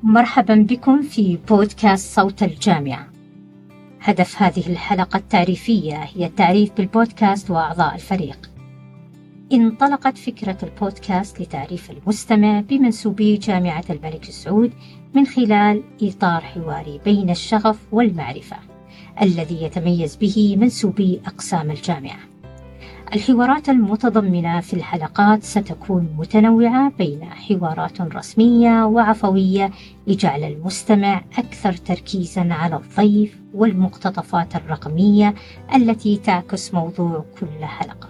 مرحبا بكم في بودكاست صوت الجامعة. هدف هذه الحلقة التعريفية هي التعريف بالبودكاست وأعضاء الفريق. انطلقت فكرة البودكاست لتعريف المستمع بمنسوبي جامعة الملك سعود من خلال إطار حواري بين الشغف والمعرفة الذي يتميز به منسوبي أقسام الجامعة. الحوارات المتضمنة في الحلقات ستكون متنوعة بين حوارات رسمية وعفوية لجعل المستمع أكثر تركيزاً على الضيف والمقتطفات الرقمية التي تعكس موضوع كل حلقة.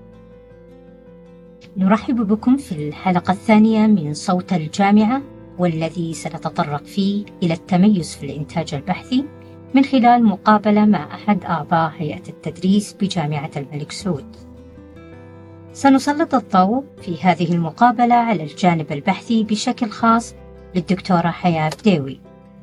نرحب بكم في الحلقة الثانية من صوت الجامعة، والذي سنتطرق فيه إلى التميز في الإنتاج البحثي من خلال مقابلة مع أحد أعضاء هيئة التدريس بجامعة الملك سعود. سنسلط الضوء في هذه المقابلة على الجانب البحثي بشكل خاص للدكتورة حياة بديوي.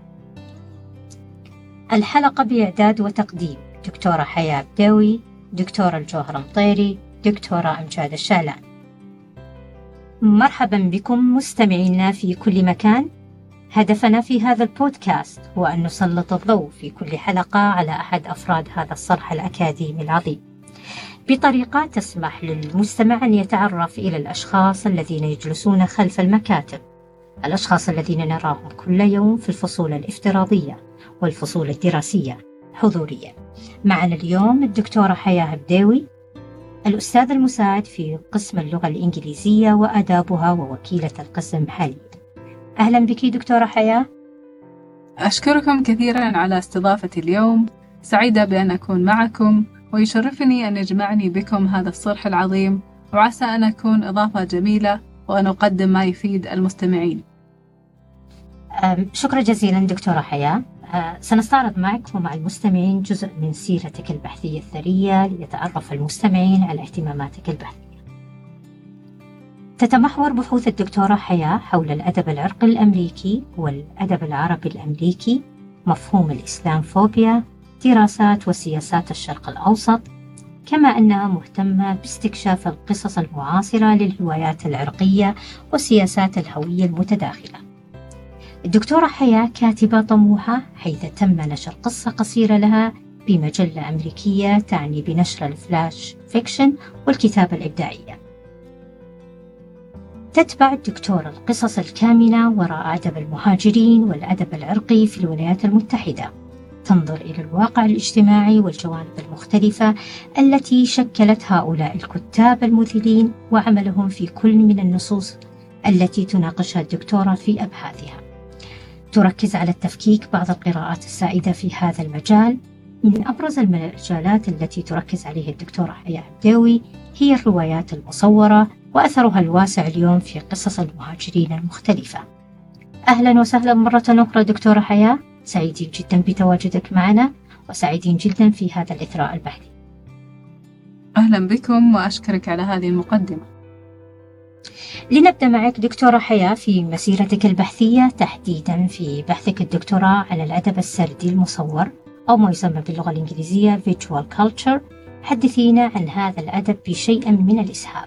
الحلقة بإعداد وتقديم دكتورة حياة بديوي، دكتورة الجوهرة مطيري، دكتورة أمجاد الشعلان. مرحبا بكم مستمعينا في كل مكان. هدفنا في هذا البودكاست هو أن نسلط الضوء في كل حلقة على أحد أفراد هذا الصرح الأكاديمي العظيم بطريقة تسمح للمستمع أن يتعرف إلى الأشخاص الذين يجلسون خلف المكاتب، الأشخاص الذين نراهم كل يوم في الفصول الافتراضية والفصول الدراسية حضوريا. معنا اليوم الدكتورة حياة بديوي، الأستاذ المساعد في قسم اللغة الإنجليزية وآدابها ووكيلة القسم حاليا. أهلا بك دكتورة حياة. أشكركم كثيرا على استضافتي اليوم، سعيدة بأن أكون معكم، ويشرفني أن يجمعني بكم هذا الصرح العظيم، وعسى أن أكون إضافة جميلة وأن أقدم ما يفيد المستمعين. شكرا جزيلا دكتورة حياة. سنستعرض معك ومع المستمعين جزء من سيرتك البحثية الثرية ليتعرف المستمعين على اهتماماتك البحثية. تتمحور بحوث الدكتورة حياة حول الأدب العرقي الأمريكي والأدب العربي الأمريكي، مفهوم الإسلامفوبيا، دراسات وسياسات الشرق الأوسط، كما أنها مهتمة باستكشاف القصص المعاصرة للهوايات العرقية وسياسات الهوية المتداخلة. الدكتورة حياة كاتبة طموحة، حيث تم نشر قصة قصيرة لها بمجلة أمريكية تعني بنشر الفلاش فيكشن والكتابة الإبداعية. تتبع الدكتورة القصص الكامنة وراء أدب المهاجرين والأدب العرقي في الولايات المتحدة، تنظر إلى الواقع الاجتماعي والجوانب المختلفة التي شكلت هؤلاء الكتاب المثيرين وعملهم في كل من النصوص التي تناقشها الدكتورة في أبحاثها. تركز على التفكيك بعض القراءات السائدة في هذا المجال. من أبرز المجالات التي تركز عليها الدكتورة حياة بديوي هي الروايات المصورة وأثرها الواسع اليوم في قصص المهاجرين المختلفة. أهلا وسهلا مرة أخرى دكتورة حياة، سعيدين جدا بتواجدك معنا وسعيدين جدا في هذا الإثراء البحثي. أهلا بكم وأشكرك على هذه المقدمة. لنبدأ معك دكتورة حياة في مسيرتك البحثية، تحديدا في بحثك الدكتوراه على الأدب السردي المصور أو ما يسمى باللغة الإنجليزية Visual Culture. حدثينا عن هذا الأدب بشيء من الإسهاب.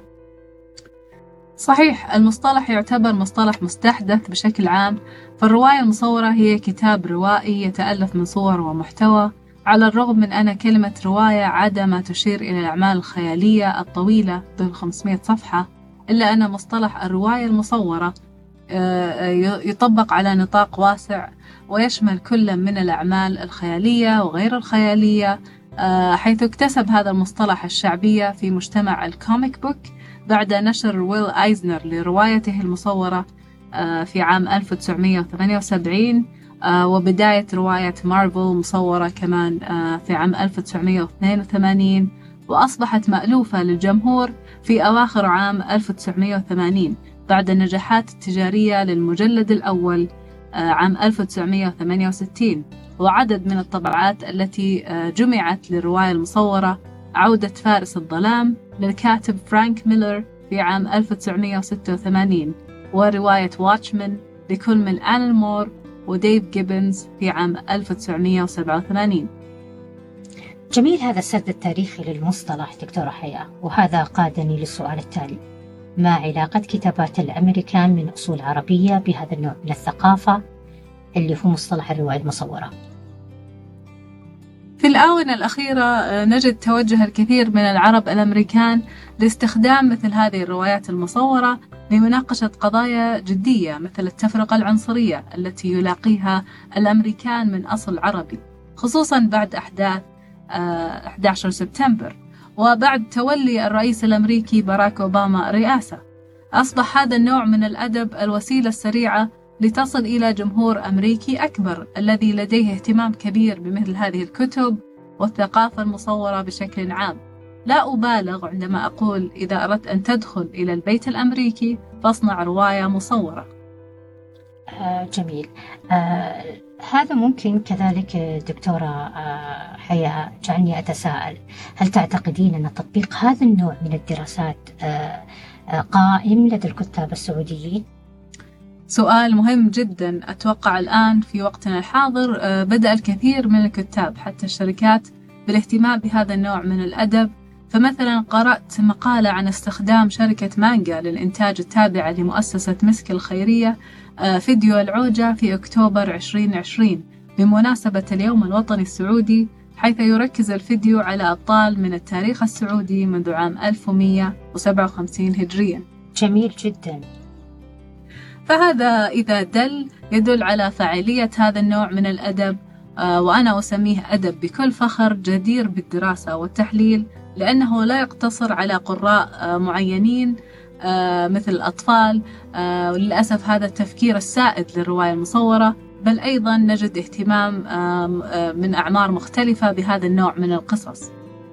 صحيح، المصطلح يعتبر مصطلح مستحدث بشكل عام، فالرواية المصورة هي كتاب روائي يتألف من صور ومحتوى، على الرغم من أن كلمة رواية عادة ما تشير إلى الأعمال الخيالية الطويلة ذو 500 صفحة، إلا أن مصطلح الرواية المصورة يطبق على نطاق واسع ويشمل كل من الأعمال الخيالية وغير الخيالية، حيث اكتسب هذا المصطلح الشعبية في مجتمع الكوميك بوك بعد نشر ويل آيزنر لروايته المصورة في عام 1978، وبداية رواية مارفل مصورة كمان في عام 1982، وأصبحت مألوفة للجمهور في أواخر عام 1980 بعد النجاحات التجارية للمجلد الأول عام 1968، وعدد من الطبعات التي جمعت للرواية المصورة عودة فارس الظلام للكاتب فرانك ميلر في عام 1986، ورواية واتشمان لكل من آلان مور وديف جيبنز في عام 1987. جميل هذا السرد التاريخي للمصطلح دكتورة حياة، وهذا قادني للسؤال التالي: ما علاقة كتابات الأمريكان من أصول عربية بهذا النوع من الثقافة؟ اللي هو مصطلح الرواية المصورة؟ في الآونة الأخيرة نجد توجه الكثير من العرب الأمريكان لاستخدام مثل هذه الروايات المصورة لمناقشة قضايا جدية مثل التفرقة العنصرية التي يلاقيها الأمريكان من أصل عربي، خصوصا بعد أحداث 11 سبتمبر وبعد تولي الرئيس الأمريكي باراك أوباما الرئاسة. أصبح هذا النوع من الأدب الوسيلة السريعة لتصل إلى جمهور أمريكي أكبر الذي لديه اهتمام كبير بمثل هذه الكتب والثقافة المصورة بشكل عام. لا أبالغ عندما أقول إذا أردت أن تدخل إلى البيت الأمريكي فاصنع رواية مصورة. جميل. هذا ممكن كذلك دكتورة حياة جعلني أتساءل، هل تعتقدين أن تطبيق هذا النوع من الدراسات قائم لدى الكتاب السعوديين؟ سؤال مهم جدا. أتوقع الآن في وقتنا الحاضر بدأ الكثير من الكتاب حتى الشركات بالاهتمام بهذا النوع من الأدب. فمثلا قرأت مقالة عن استخدام شركة مانجا للإنتاج التابعة لمؤسسة مسك الخيرية فيديو العوجة في أكتوبر 2020 بمناسبة اليوم الوطني السعودي، حيث يركز الفيديو على أبطال من التاريخ السعودي منذ عام 1157 هجريا. جميل جدا. فهذا إذا يدل على فاعلية هذا النوع من الأدب، وأنا أسميه أدب بكل فخر جدير بالدراسة والتحليل، لأنه لا يقتصر على قراء معينين مثل الأطفال. وللأسف هذا التفكير السائد للرواية المصورة، بل أيضا نجد اهتمام من أعمار مختلفة بهذا النوع من القصص.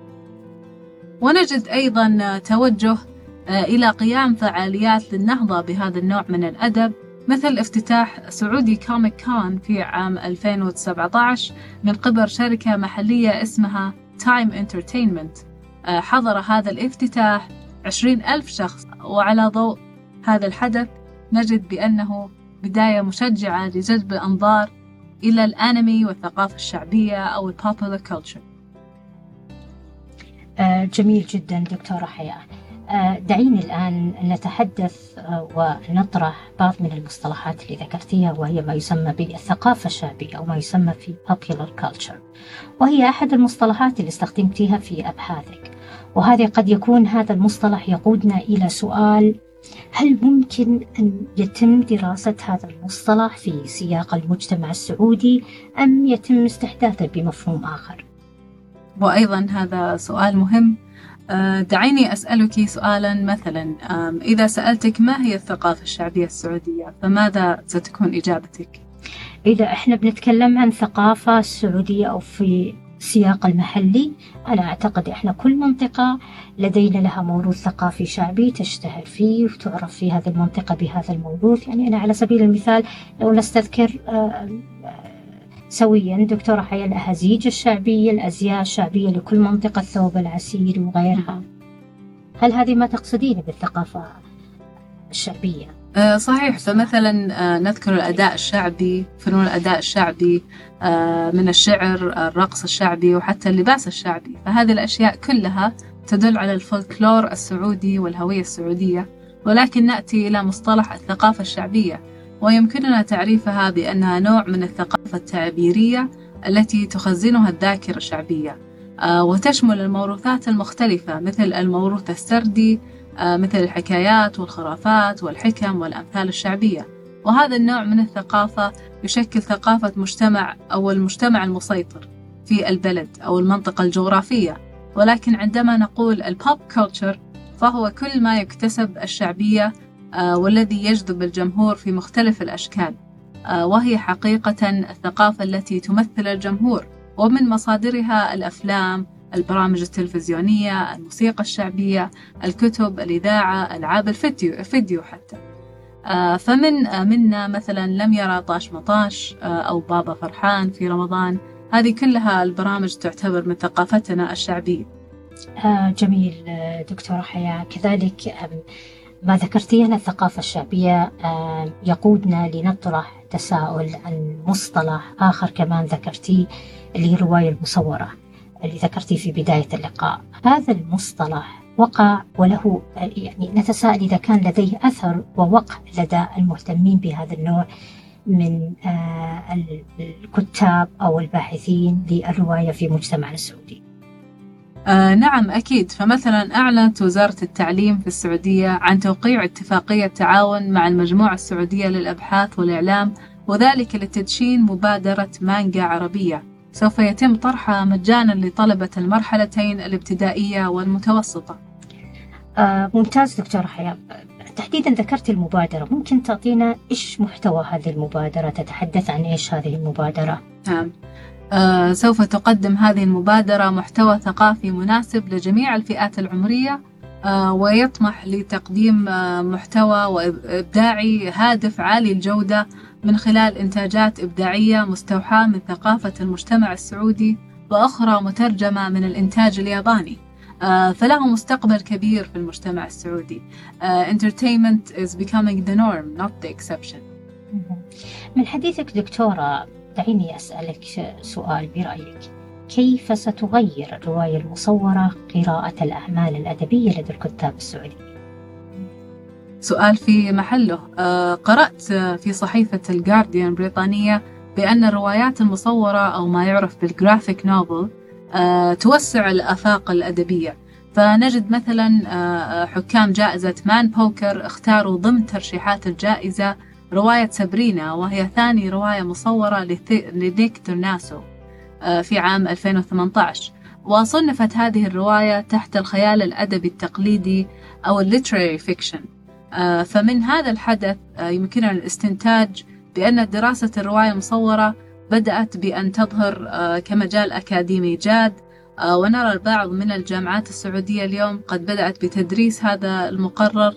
ونجد أيضا توجه إلى قيام فعاليات للنهضة بهذا النوع من الأدب، مثل افتتاح سعودي كوميك كون في عام 2017 من قبل شركة محلية اسمها تايم انترتينمنت. حضر هذا الافتتاح 20,000 شخص، وعلى ضوء هذا الحدث نجد بأنه بداية مشجعة لجذب الأنظار إلى الأنمي والثقافة الشعبية أو البوبولار كولتشر. جميل جدا دكتورة حياة. دعيني الآن نتحدث ونطرح بعض من المصطلحات اللي ذكرتيها، وهي ما يسمى بالثقافة الشعبية أو ما يسمى في popular culture، وهي أحد المصطلحات اللي استخدمتيها في أبحاثك. وهذا قد يكون هذا المصطلح يقودنا إلى سؤال: هل ممكن أن يتم دراسة هذا المصطلح في سياق المجتمع السعودي أم يتم استحداثه بمفهوم آخر؟ وأيضا هذا سؤال مهم. دعيني أسألك سؤالا. مثلا إذا سألتك ما هي الثقافة الشعبية السعودية فماذا ستكون إجابتك؟ إذا إحنا بنتكلم عن ثقافة السعودية أو في سياق المحلي، أنا أعتقد إحنا كل منطقة لدينا لها موروث ثقافي شعبي تشتهر فيه وتعرف في هذه المنطقة بهذا الموروث. يعني أنا على سبيل المثال لو نستذكر سويا دكتورة حياة الأهازيج الشعبية، الأزياء الشعبية لكل منطقة، الثوب العسيري وغيرها. هل هذه ما تقصدين بالثقافة الشعبية؟ صحيح. فمثلا نذكر الأداء الشعبي، فنون الأداء الشعبي، من الشعر، الرقص الشعبي، وحتى اللباس الشعبي. فهذه الأشياء كلها تدل على الفولكلور السعودي والهوية السعودية. ولكن نأتي إلى مصطلح الثقافة الشعبية، ويمكننا تعريفها بأنها نوع من الثقافة التعبيرية التي تخزنها الذاكرة الشعبية، وتشمل الموروثات المختلفة مثل الموروث السردي، مثل الحكايات والخرافات والحكم والأمثال الشعبية. وهذا النوع من الثقافة يشكل ثقافة مجتمع أو المجتمع المسيطر في البلد أو المنطقة الجغرافية. ولكن عندما نقول البوب كولتشر فهو كل ما يكتسب الشعبية والذي يجذب الجمهور في مختلف الأشكال، وهي حقيقة الثقافة التي تمثل الجمهور، ومن مصادرها الأفلام، البرامج التلفزيونية، الموسيقى الشعبية، الكتب، الإذاعة، ألعاب الفيديو حتى. منا مثلا لم يرى طاش مطاش أو بابا فرحان في رمضان. هذه كلها البرامج تعتبر من ثقافتنا الشعبية. جميل دكتورة حياة. كذلك ما ذكرتيه عن الثقافة الشعبية يقودنا لنطرح تساؤل عن مصطلح آخر كمان ذكرتيه، اللي هي الرواية المصورة اللي ذكرتيه في بداية اللقاء. هذا المصطلح وقع وله يعني نتساءل إذا كان لديه أثر ووقع لدى المهتمين بهذا النوع من الكتاب أو الباحثين للرواية في مجتمعنا السعودي؟ نعم أكيد. فمثلا أعلنت وزارة التعليم في السعودية عن توقيع اتفاقية تعاون مع المجموعة السعودية للأبحاث والإعلام، وذلك لتدشين مبادرة مانجا عربية سوف يتم طرحها مجانا لطلبة المرحلتين الابتدائية والمتوسطة. ممتاز دكتورة حياة. تحديدا ذكرت المبادرة، ممكن تعطينا إيش محتوى هذه المبادرة؟ تتحدث عن إيش هذه المبادرة؟ نعم. سوف تقدم هذه المبادرة محتوى ثقافي مناسب لجميع الفئات العمرية، ويطمح لتقديم محتوى وإبداعي هادف عالي الجودة من خلال إنتاجات إبداعية مستوحاة من ثقافة المجتمع السعودي وأخرى مترجمة من الإنتاج الياباني. فله مستقبل كبير في المجتمع السعودي. Entertainment is becoming the norm, not the exception. من حديثك دكتورة، دعيني أسألك سؤال برأيك، كيف ستغير الرواية المصورة قراءة الأعمال الأدبية لدى الكتاب السعوديين؟ سؤال في محله. قرأت في صحيفة الجارديان البريطانية بأن الروايات المصورة أو ما يعرف بالجرافيك نوفل توسع الآفاق الأدبية. فنجد مثلا حكام جائزة مان بوكر اختاروا ضمن ترشيحات الجائزة رواية سابرينا، وهي ثاني رواية مصورة لنيك دورناسو في عام 2018. وصنفت هذه الرواية تحت الخيال الأدبي التقليدي أو الليتراري فيكشن. فمن هذا الحدث يمكننا الاستنتاج بأن دراسة الرواية المصورة بدأت بأن تظهر كمجال أكاديمي جاد، ونرى البعض من الجامعات السعودية اليوم قد بدأت بتدريس هذا المقرر.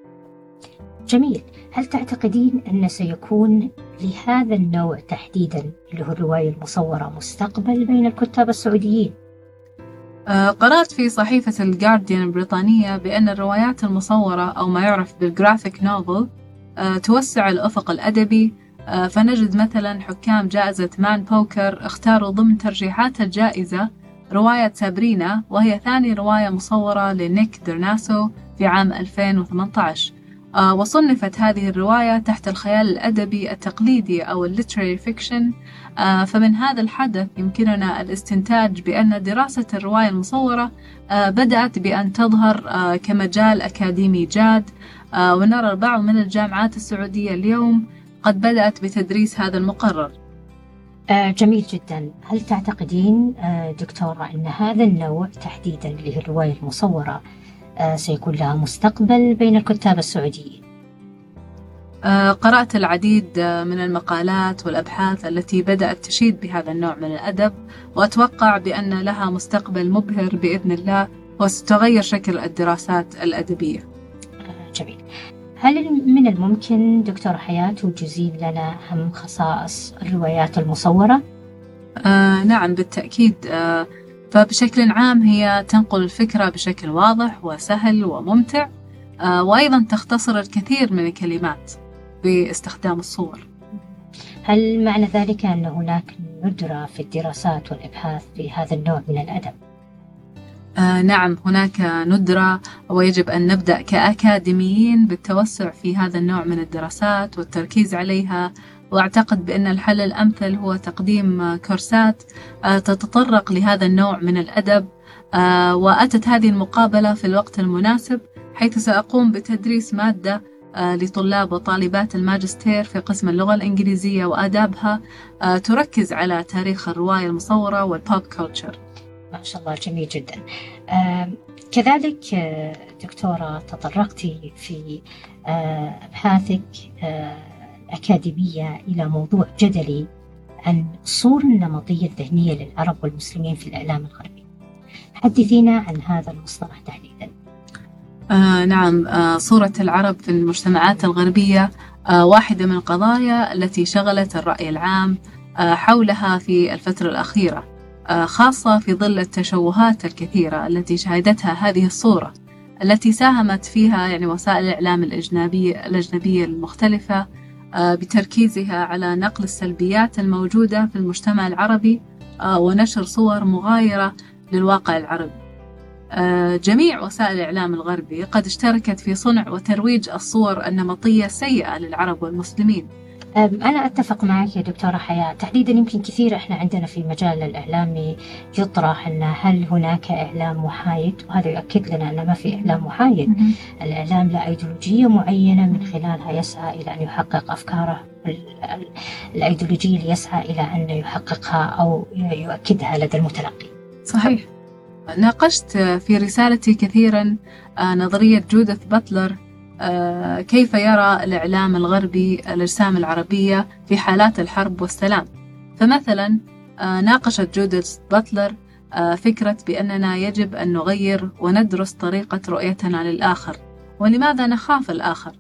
جميل. هل تعتقدين أن سيكون لهذا النوع تحديدا اللي هو الرواية المصورة مستقبل بين الكتاب السعوديين؟ قرأت في صحيفة الجارديان البريطانية بأن الروايات المصورة أو ما يعرف بالجرافيك نوفل توسع الأفق الأدبي. فنجد مثلا حكام جائزة مان بوكر اختاروا ضمن ترشيحات الجائزة رواية سابرينا، وهي ثاني رواية مصورة لنيك دورناسو في عام 2018. وصنفت هذه الرواية تحت الخيال الأدبي التقليدي أو الليتراري فيكشن. فمن هذا الحدث يمكننا الاستنتاج بأن دراسة الرواية المصورة بدأت بأن تظهر كمجال أكاديمي جاد، ونرى البعض من الجامعات السعودية اليوم قد بدأت بتدريس هذا المقرر. جميل جدا. هل تعتقدين دكتورة أن هذا النوع تحديدا اللي هي الرواية المصورة سيكون لها مستقبل بين الكتاب السعوديين؟ قرأت العديد من المقالات والأبحاث التي بدأت تشيد بهذا النوع من الأدب، وأتوقع بأن لها مستقبل مبهر بإذن الله، وستغير شكل الدراسات الأدبية. جميل. هل من الممكن دكتورة حياة توجزين لنا أهم خصائص الروايات المصورة؟ نعم بالتأكيد. فبشكل عام هي تنقل الفكرة بشكل واضح وسهل وممتع، وأيضا تختصر الكثير من الكلمات باستخدام الصور. هل معنى ذلك أن هناك ندرة في الدراسات والإبحاث في هذا النوع من الأدب؟ نعم هناك ندرة، ويجب أن نبدأ كأكاديميين بالتوسع في هذا النوع من الدراسات والتركيز عليها. وأعتقد بأن الحل الأمثل هو تقديم كورسات تتطرق لهذا النوع من الأدب. وأتت هذه المقابلة في الوقت المناسب، حيث سأقوم بتدريس مادة لطلاب وطالبات الماجستير في قسم اللغة الإنجليزية وآدابها تركز على تاريخ الرواية المصورة والبوب كولتشر. ما شاء الله، جميل جدا. كذلك دكتورة تطرقتي في أبحاثك الأكاديمية إلى موضوع جدلي عن الصورة النمطية الذهنية للعرب والمسلمين في الإعلام الغربي. حدثينا عن هذا المصطلح تحديدا. نعم. صورة العرب في المجتمعات الغربية واحدة من القضايا التي شغلت الرأي العام حولها في الفترة الأخيرة، خاصة في ظل التشوهات الكثيرة التي شهدتها هذه الصورة، التي ساهمت فيها وسائل الإعلام الأجنبية المختلفة بتركيزها على نقل السلبيات الموجودة في المجتمع العربي ونشر صور مغايرة للواقع العربي. جميع وسائل الإعلام الغربي قد اشتركت في صنع وترويج الصور النمطية السيئة للعرب والمسلمين، أنا أتفق معك يا دكتورة حياة. تحديدا يمكن كثير إحنا عندنا في مجال الإعلامي يطرح أن هل هناك إعلام محايد، وهذا يؤكد لنا أن ما في إعلام محايد. الإعلام له أيديولوجية معينة من خلالها يسعى إلى أن يحقق أفكاره الأيديولوجية اللي يسعى إلى أن يحققها أو يؤكدها لدى المتلقي. صحيح. ناقشت في رسالتي كثيرا نظرية جودث باتلر، كيف يرى الإعلام الغربي الأجسام العربية في حالات الحرب والسلام. فمثلا ناقشت جودث باتلر فكرة بأننا يجب أن نغير وندرس طريقة رؤيتنا للآخر، ولماذا نخاف الآخر.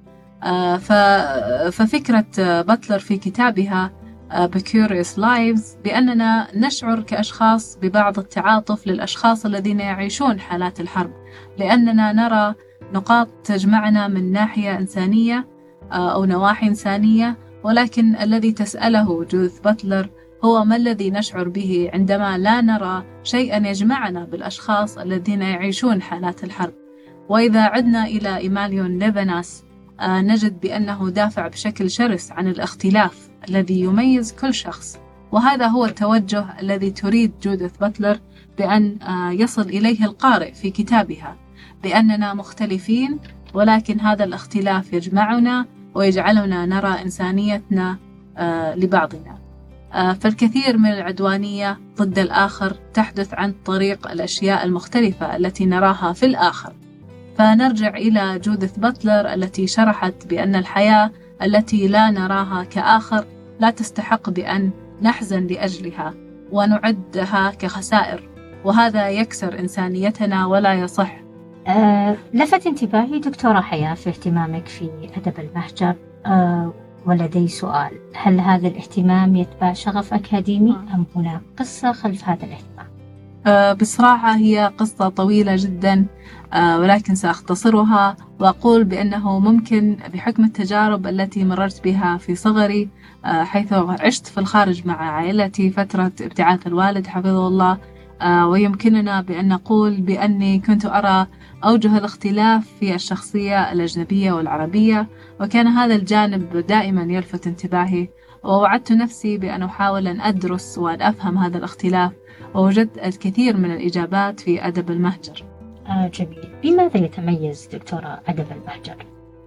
ففكرة باتلر في كتابها Precarious Lives بأننا نشعر كأشخاص ببعض التعاطف للأشخاص الذين يعيشون حالات الحرب، لأننا نرى نقاط تجمعنا من ناحية إنسانية أو نواحي إنسانية، ولكن الذي تسأله جودث باتلر هو ما الذي نشعر به عندما لا نرى شيئا يجمعنا بالأشخاص الذين يعيشون حالات الحرب. وإذا عدنا إلى إيماليون ليفيناس نجد بأنه دافع بشكل شرس عن الاختلاف الذي يميز كل شخص، وهذا هو التوجه الذي تريد جودث باتلر بأن يصل إليه القارئ في كتابها، بأننا مختلفين ولكن هذا الاختلاف يجمعنا ويجعلنا نرى إنسانيتنا لبعضنا. فالكثير من العدوانية ضد الآخر تحدث عن طريق الأشياء المختلفة التي نراها في الآخر. فنرجع إلى جودث باتلر التي شرحت بأن الحياة التي لا نراها كآخر لا تستحق بأن نحزن لأجلها ونعدها كخسائر، وهذا يكسر إنسانيتنا ولا يصح. لفت انتباهي دكتورة حياة في اهتمامك في أدب المهجر، ولدي سؤال: هل هذا الاهتمام يتبع شغف أكاديمي أم هناك قصة خلف هذا الاهتمام؟ بصراحة هي قصة طويلة جدا، ولكن سأختصرها وأقول بأنه ممكن بحكم التجارب التي مررت بها في صغري، حيث عشت في الخارج مع عائلتي فترة ابتعاث الوالد حفظه الله، ويمكننا بأن نقول بأني كنت أرى أوجه الاختلاف في الشخصية الأجنبية والعربية، وكان هذا الجانب دائما يلفت انتباهي، ووعدت نفسي بأن أحاول أن أدرس وأن أفهم هذا الاختلاف، ووجدت الكثير من الإجابات في أدب المهجر. جميل. بماذا يتميز دكتورة أدب المهجر؟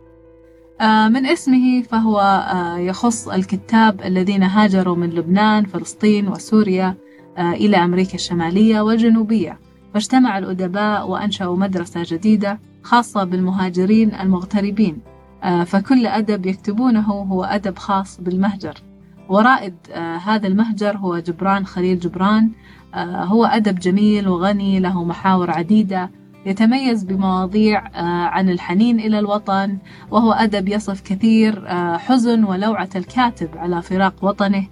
من اسمه فهو يخص الكتاب الذين هاجروا من لبنان، فلسطين وسوريا إلى أمريكا الشمالية والجنوبية، فاجتمع الأدباء وأنشأوا مدرسة جديدة خاصة بالمهاجرين المغتربين. فكل أدب يكتبونه هو أدب خاص بالمهجر، ورائد هذا المهجر هو جبران خليل جبران. هو أدب جميل وغني له محاور عديدة، يتميز بمواضيع عن الحنين إلى الوطن، وهو أدب يصف كثير حزن ولوعة الكاتب على فراق وطنه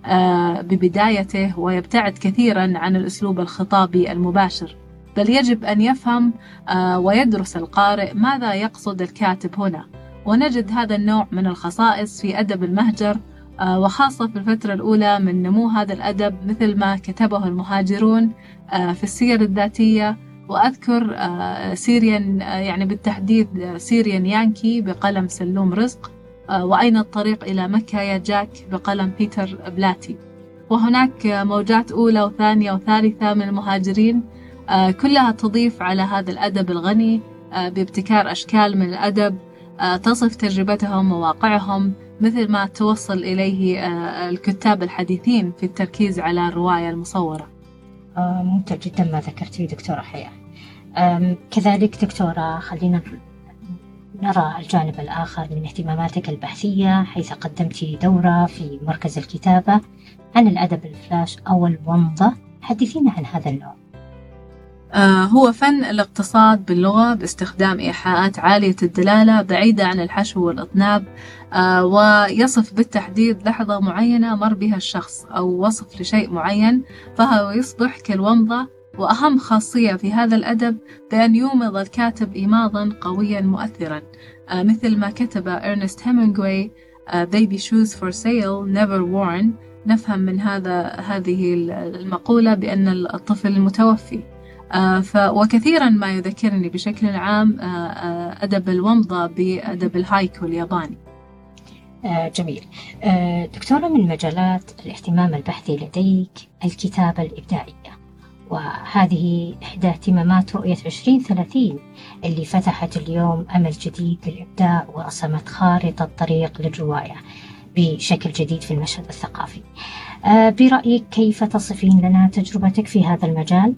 ببدايته، ويبتعد كثيرا عن الأسلوب الخطابي المباشر، بل يجب أن يفهم ويدرس القارئ ماذا يقصد الكاتب هنا. ونجد هذا النوع من الخصائص في أدب المهجر، وخاصة في الفترة الأولى من نمو هذا الأدب، مثل ما كتبه المهاجرون في السير الذاتية. وأذكر سيريان، يعني بالتحديد سيريان يانكي بقلم سلوم رزق، وأين الطريق إلى مكة يا جاك بقلم بيتر بلاتي. وهناك موجات أولى وثانية وثالثة من المهاجرين، كلها تضيف على هذا الأدب الغني بابتكار أشكال من الأدب تصف تجربتهم وواقعهم، مثل ما توصل إليه الكتاب الحديثين في التركيز على الرواية المصورة. ممتع جدا ما ذكرتي دكتورة حياة. كذلك دكتورة، خلينا نرى الجانب الآخر من اهتماماتك البحثية، حيث قدمت دورة في مركز الكتابة عن الأدب الفلاش أو الومضة. حدثينا عن هذا النوع. هو فن الاقتصاد باللغة باستخدام إيحاءات عالية الدلالة بعيدة عن الحشو والإطناب، ويصف بالتحديد لحظة معينة مر بها الشخص أو وصف لشيء معين، فهو يصبح كالومضة. وأهم خاصية في هذا الأدب بأن يومض الكاتب إيماضا قويا مؤثرا، مثل ما كتب إرنست هيمنغواي Baby shoes for sale never worn. نفهم من هذه المقولة بأن الطفل المتوفي. وكثيرا ما يذكرني بشكل عام أدب الومضة بأدب الهايكو الياباني. جميل. دكتورة، من مجالات الاهتمام البحثي لديك الكتابة الإبداعية، وهذه إحدى اهتمامات رؤية 2030 اللي فتحت اليوم أمل جديد للإبداع ورسمت خارطة طريق للرواية بشكل جديد في المشهد الثقافي. برأيك كيف تصفين لنا تجربتك في هذا المجال؟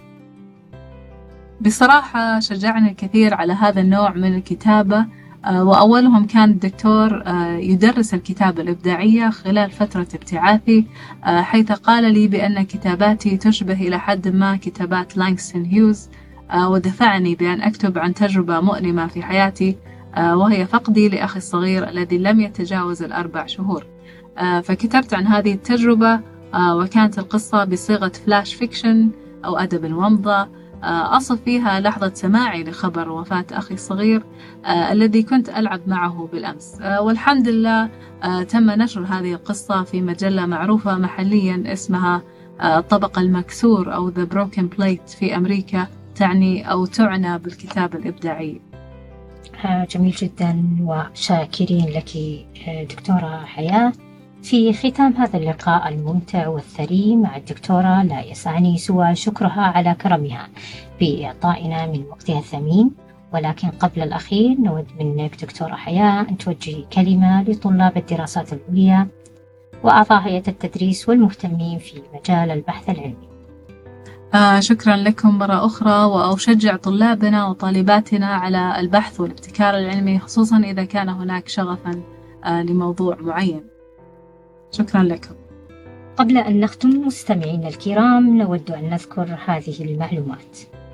بصراحة شجعني الكثير على هذا النوع من الكتابة، وأولهم كان الدكتور يدرس الكتابة الإبداعية خلال فترة ابتعاثي، حيث قال لي بأن كتاباتي تشبه إلى حد ما كتابات لانغستون هيوز، ودفعني بأن أكتب عن تجربة مؤلمة في حياتي، وهي فقدي لأخي الصغير الذي لم يتجاوز 4 شهور. فكتبت عن هذه التجربة، وكانت القصة بصيغة فلاش فيكشن أو أدب الومضة، أصف فيها لحظة سماعي لخبر وفاة أخي الصغير الذي كنت ألعب معه بالأمس. والحمد لله تم نشر هذه القصة في مجلة معروفة محليا اسمها الطبق المكسور أو The Broken Plate في أمريكا، تعني أو تعنى بالكتابة الإبداعية. جميل جدا، وشاكرين لك دكتورة حياة. في ختام هذا اللقاء الممتع والثري مع الدكتورة، لا يسعني سوى شكرها على كرمها بإعطائنا من وقتها الثمين. ولكن قبل الأخير نود منك دكتورة حياة أن توجهي كلمة لطلاب الدراسات العليا وأعضاء هيئة التدريس والمهتمين في مجال البحث العلمي. شكرا لكم مرة أخرى، وأشجع طلابنا وطالباتنا على البحث والابتكار العلمي، خصوصا إذا كان هناك شغفا لموضوع معين. شكرا لكم. قبل أن نختم مستمعينا الكرام، نود أن نذكر هذه المعلومات.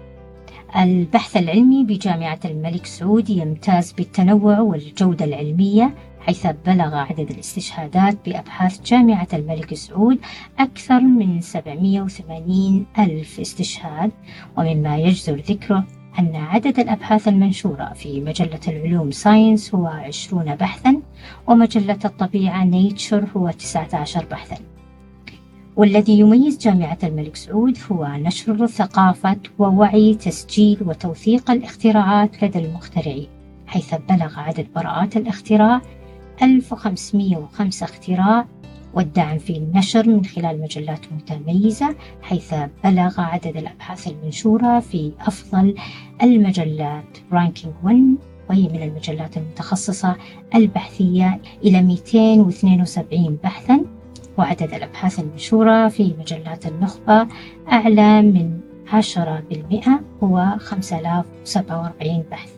البحث العلمي بجامعة الملك سعود يمتاز بالتنوع والجودة العلمية، حيث بلغ عدد الاستشهادات بأبحاث جامعة الملك سعود أكثر من 780 ألف استشهاد. ومما يجدر ذكره أن عدد الأبحاث المنشورة في مجلة العلوم ساينس هو 20 بحثاً، ومجلة الطبيعة نيتشر هو 19 بحثاً. والذي يميز جامعة الملك سعود هو نشر ثقافة ووعي تسجيل وتوثيق الاختراعات لدى المخترعين، حيث بلغ عدد براءات الاختراع 1505 اختراع، والدعم في النشر من خلال مجلات متميزة، حيث بلغ عدد الأبحاث المنشورة في أفضل المجلات رانكينج 1، وهي من المجلات المتخصصة البحثية، إلى 272 بحثاً. وعدد الأبحاث المنشورة في مجلات النخبة أعلى من 10% هو 5047 بحث.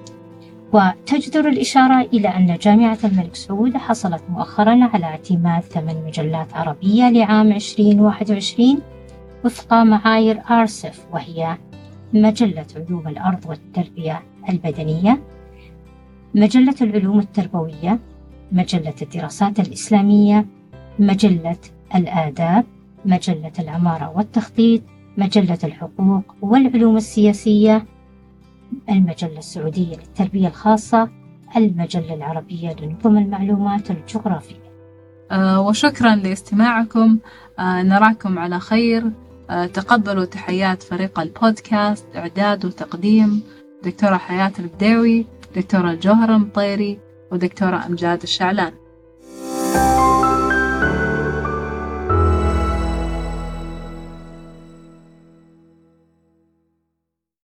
وتجدر الإشارة إلى أن جامعة الملك سعود حصلت مؤخرا على اعتماد 8 مجلات عربية لعام 2021 وفق معايير آرسف، وهي مجلة علوم الأرض والتربية البدنية، مجلة العلوم التربوية، مجلة الدراسات الإسلامية، مجلة الآداب، مجلة العمارة والتخطيط، مجلة الحقوق والعلوم السياسية، المجلة السعودية للتربية الخاصة، المجلة العربية لنظم المعلومات الجغرافية. وشكرا لاستماعكم، نراكم على خير. تقبلوا تحيات فريق البودكاست، إعداد وتقديم دكتورة حياة البداوي، دكتورة جوهرة مطيري، ودكتورة أمجاد الشعلان.